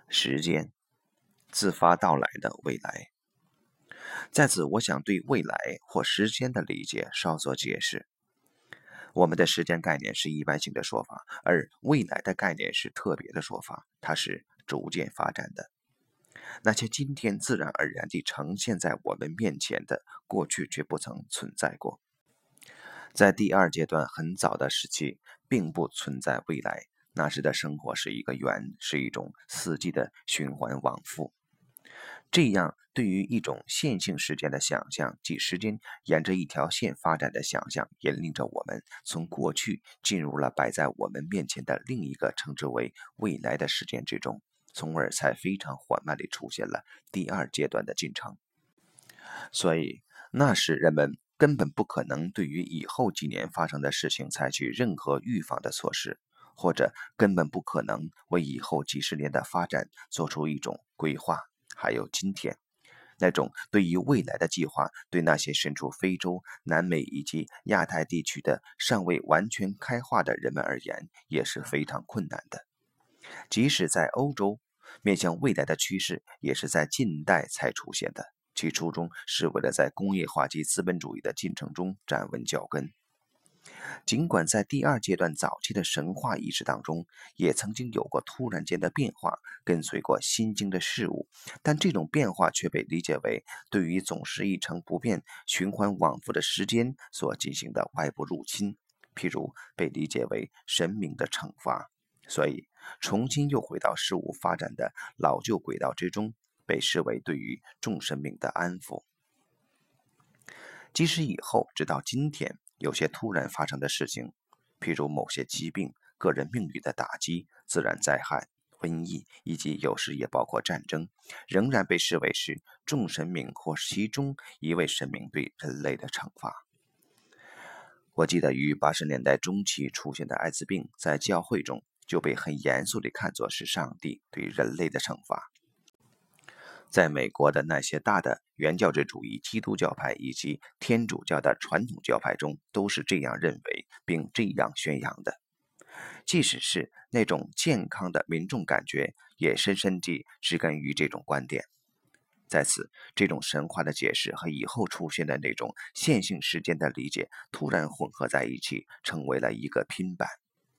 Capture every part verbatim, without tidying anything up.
时间，自发到来的未来。在此，我想对未来或时间的理解稍作解释。我们的时间概念是一般性的说法，而未来的概念是特别的说法，它是逐渐发展的。那些今天自然而然地呈现在我们面前的，过去却不曾存在过。在第二阶段很早的时期，并不存在未来，那时的生活是一个圆，是一种四季的循环往复。这样对于一种线性时间的想象，即时间沿着一条线发展的想象，引领着我们从过去进入了摆在我们面前的另一个称之为未来的时间之中，从而才非常缓慢地出现了第二阶段的进程。所以那时人们根本不可能对于以后几年发生的事情采取任何预防的措施，或者根本不可能为以后几十年的发展做出一种规划。还有今天那种对于未来的计划，对那些身处非洲、南美以及亚太地区的尚未完全开化的人们而言，也是非常困难的。即使在欧洲，面向未来的趋势也是在近代才出现的，其初衷是为了在工业化及资本主义的进程中站稳脚跟。尽管在第二阶段早期的神话意识当中，也曾经有过突然间的变化，跟随过新兴的事物，但这种变化却被理解为对于总是一成不变、循环往复的时间所进行的外部入侵，譬如被理解为神明的惩罚，所以重新又回到事物发展的老旧轨道之中，被视为对于众神明的安抚。即使以后直到今天，有些突然发生的事情，譬如某些疾病、个人命运的打击、自然灾害、瘟疫，以及有时也包括战争，仍然被视为是众神明或其中一位神明对人类的惩罚。我记得于八十年代中期出现的艾滋病，在教会中就被很严肃地看作是上帝对人类的惩罚。在美国的那些大的原教旨主义基督教派以及天主教的传统教派中，都是这样认为并这样宣扬的。即使是那种健康的民众感觉，也深深地植根于这种观点。在此，这种神话的解释和以后出现的那种线性时间的理解突然混合在一起，成为了一个拼板。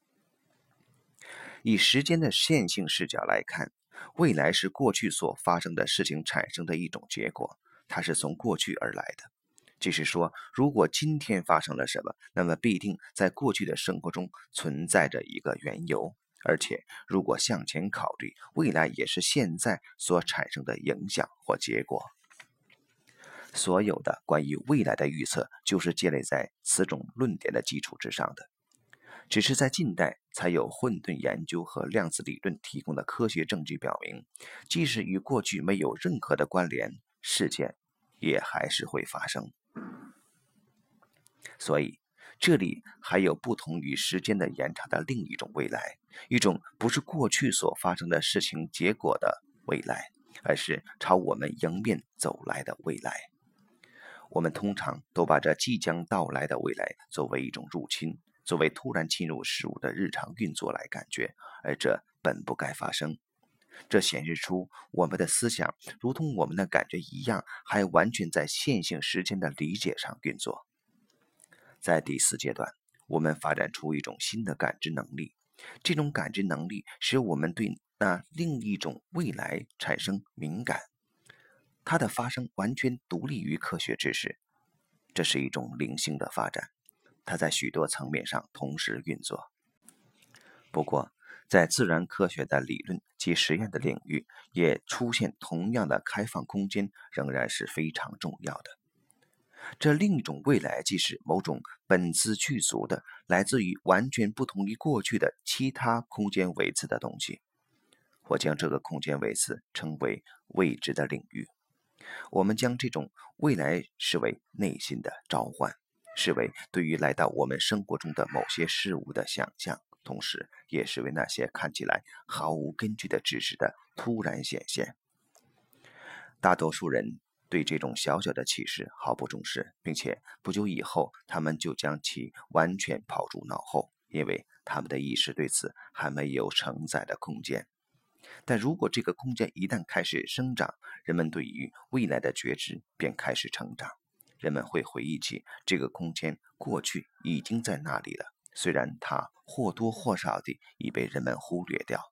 以时间的线性视角来看，未来是过去所发生的事情产生的一种结果，它是从过去而来的。即是说，如果今天发生了什么，那么必定在过去的生活中存在着一个缘由，而且如果向前考虑，未来也是现在所产生的影响或结果。所有的关于未来的预测，就是建立在此种论点的基础之上的。只是在近代才有混沌研究和量子理论提供的科学证据表明，即使与过去没有任何的关联，事件也还是会发生。所以这里还有不同于时间的延长的另一种未来，一种不是过去所发生的事情结果的未来，而是朝我们迎面走来的未来。我们通常都把这即将到来的未来作为一种入侵，作为突然侵入事物的日常运作来感觉，而这本不该发生。这显示出我们的思想如同我们的感觉一样，还完全在线性时间的理解上运作。在第四阶段，我们发展出一种新的感知能力，这种感知能力使我们对那另一种未来产生敏感，它的发生完全独立于科学知识，这是一种灵性的发展，它在许多层面上同时运作。不过，在自然科学的理论及实验的领域，也出现同样的开放空间，仍然是非常重要的。这另一种未来，即是某种本自具足的，来自于完全不同于过去的其他空间维次的东西。我将这个空间维次称为未知的领域。我们将这种未来视为内心的召唤，视为对于来到我们生活中的某些事物的想象，同时也视为那些看起来毫无根据的知识的突然显现。大多数人对这种小小的启示毫不重视，并且不久以后他们就将其完全抛诸脑后，因为他们的意识对此还没有承载的空间。 但如果这个空间一旦开始生长，人们对于未来的觉知便开始成长。人们会回忆起这个空间过去已经在那里了，虽然它或多或少地已被人们忽略掉。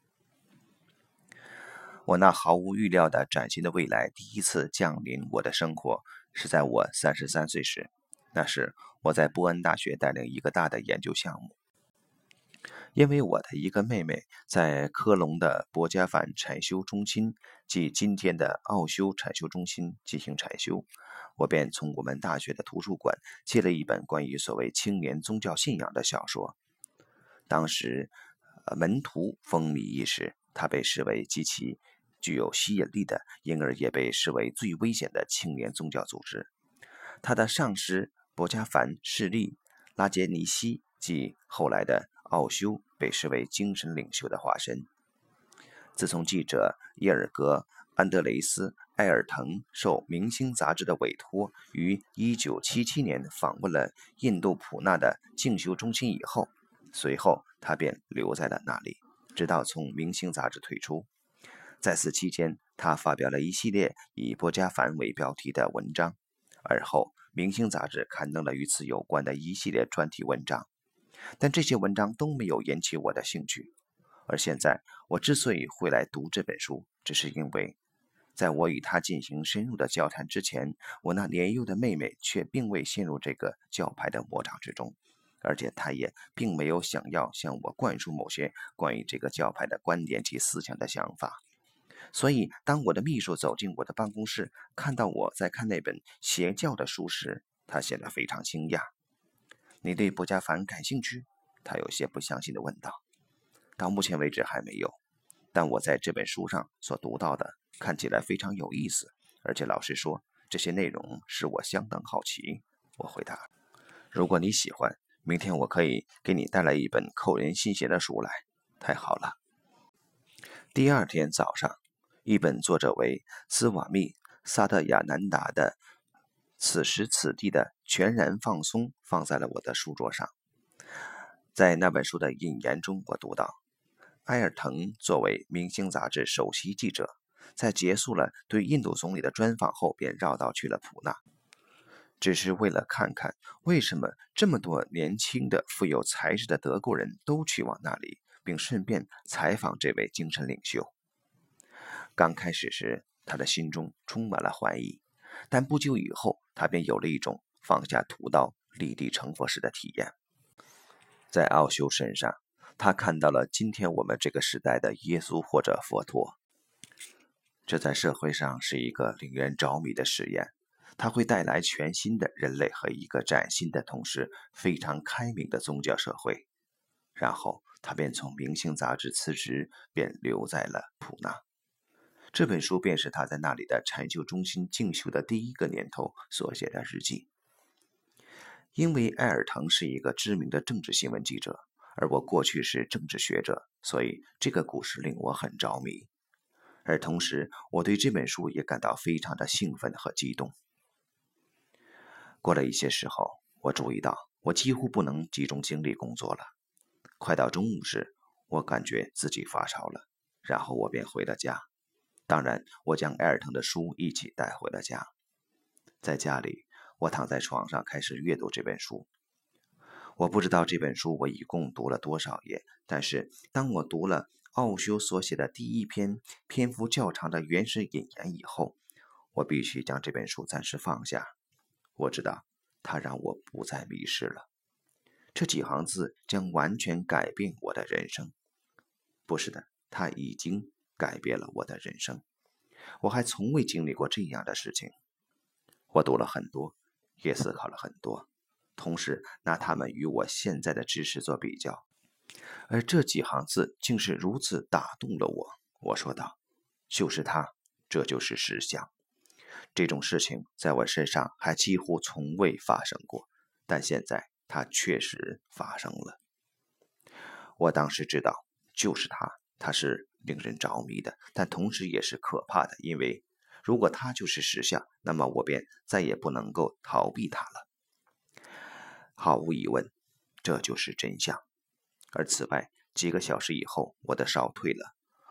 我那毫无预料的崭新的未来第一次降临我的生活，是在我三十三岁时。那时我在波恩大学带领一个大的研究项目。因为我的一个妹妹在科隆的博家反禅修中心，即今天的奥修禅修中心进行禅修，我便从我们大学的图书馆借了一本关于所谓青年宗教信仰的小说。当时，呃、门徒风靡一时，它被视为极其具有吸引力的，因而也被视为最危险的青年宗教组织。他的上师博家凡势力拉杰尼西即后来的奥修被视为精神领袖的化身。自从记者耶尔格·安德雷斯·埃尔滕受《明星》杂志的委托，于一九七七年访问了印度普纳的静修中心以后，随后他便留在了那里，直到从《明星》杂志退出。在此期间，他发表了一系列以博家凡为标题的文章，而后《明星》杂志刊登了与此有关的一系列专题文章，但这些文章都没有引起我的兴趣。而现在我之所以会来读这本书，只是因为在我与他进行深入的交谈之前，我那年幼的妹妹却并未陷入这个教派的魔掌之中，而且她也并没有想要向我灌输某些关于这个教派的观点及思想的想法。所以当我的秘书走进我的办公室，看到我在看那本邪教的书时，他显得非常惊讶。你对博家凡感兴趣？他有些不相信地问道。到目前为止还没有，但我在这本书上所读到的看起来非常有意思，而且老实说，这些内容使我相当好奇。我回答，如果你喜欢，明天我可以给你带来一本扣人心弦的书来。太好了。第二天早上，一本作者为斯瓦密·萨特亚南达的《此时此地的全然放松》放在了我的书桌上。在那本书的引言中，我读到，埃尔滕作为《明星》杂志首席记者，在结束了对印度总理的专访后，便绕道去了普纳，只是为了看看为什么这么多年轻的富有才智的德国人都去往那里，并顺便采访这位精神领袖。刚开始时，他的心中充满了怀疑，但不久以后，他便有了一种放下屠刀立地成佛时的体验。在奥修身上，他看到了今天我们这个时代的耶稣或者佛陀。这在社会上是一个令人着迷的实验，它会带来全新的人类和一个崭新的同时非常开明的宗教社会。然后他便从《明星》杂志辞职，便留在了普纳。这本书便是他在那里的禅修中心静修的第一个年头所写的日记。因为埃尔滕是一个知名的政治新闻记者，而我过去是政治学者，所以这个故事令我很着迷。而同时，我对这本书也感到非常的兴奋和激动。过了一些时候，我注意到我几乎不能集中精力工作了。快到中午时，我感觉自己发烧了，然后我便回了家。当然，我将埃尔滕的书一起带回了家。在家里，我躺在床上开始阅读这本书。我不知道这本书我一共读了多少页，但是当我读了奥修所写的第一篇篇幅较长的原始引言以后，我必须将这本书暂时放下。我知道它让我不再迷失了。这几行字将完全改变我的人生。不是的，它已经改变了我的人生。我还从未经历过这样的事情。我读了很多，也思考了很多，同时拿它们与我现在的知识做比较。而这几行字竟是如此打动了我。我说道，就是它，这就是实相。这种事情在我身上还几乎从未发生过，但现在它确实发生了。我当时知道，就是它，它是令人着迷的，但同时也是可怕的，因为如果它就是实相，那么我便再也不能够逃避它了。毫无疑问，这就是真相。而此外，几个小时以后，我的烧退了，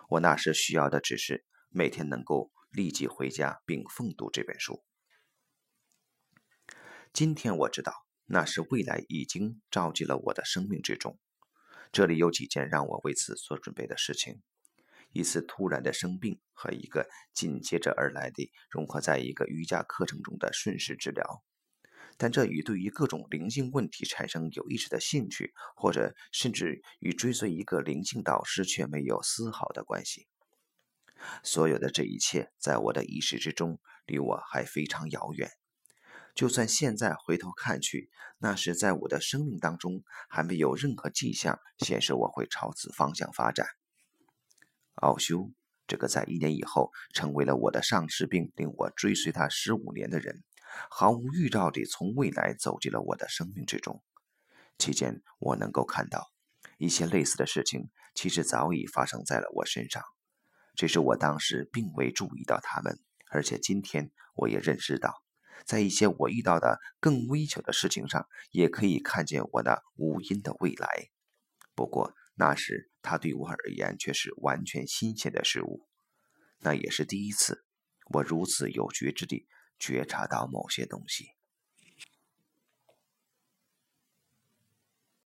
我那时需要的只是每天能够立即回家并奉读这本书。今天我知道，那时未来已经召集了我的生命之中。这里有几件让我为此所准备的事情：一次突然的生病和一个紧接着而来的融合在一个瑜伽课程中的顺势治疗。但这与对于各种灵性问题产生有意识的兴趣，或者甚至与追随一个灵性导师却没有丝毫的关系。所有的这一切在我的意识之中，离我还非常遥远。就算现在回头看去，那时在我的生命当中还没有任何迹象显示我会朝此方向发展。奥修，这个在一年以后成为了我的上司并令我追随他十五年的人，毫无预兆地从未来走进了我的生命之中。期间我能够看到一些类似的事情其实早已发生在了我身上，只是我当时并未注意到它们，而且今天我也认识到，在一些我遇到的更微小的事情上，也可以看见我那无因的未来。不过那时它对我而言却是完全新鲜的事物，那也是第一次我如此有觉知地觉察到某些东西。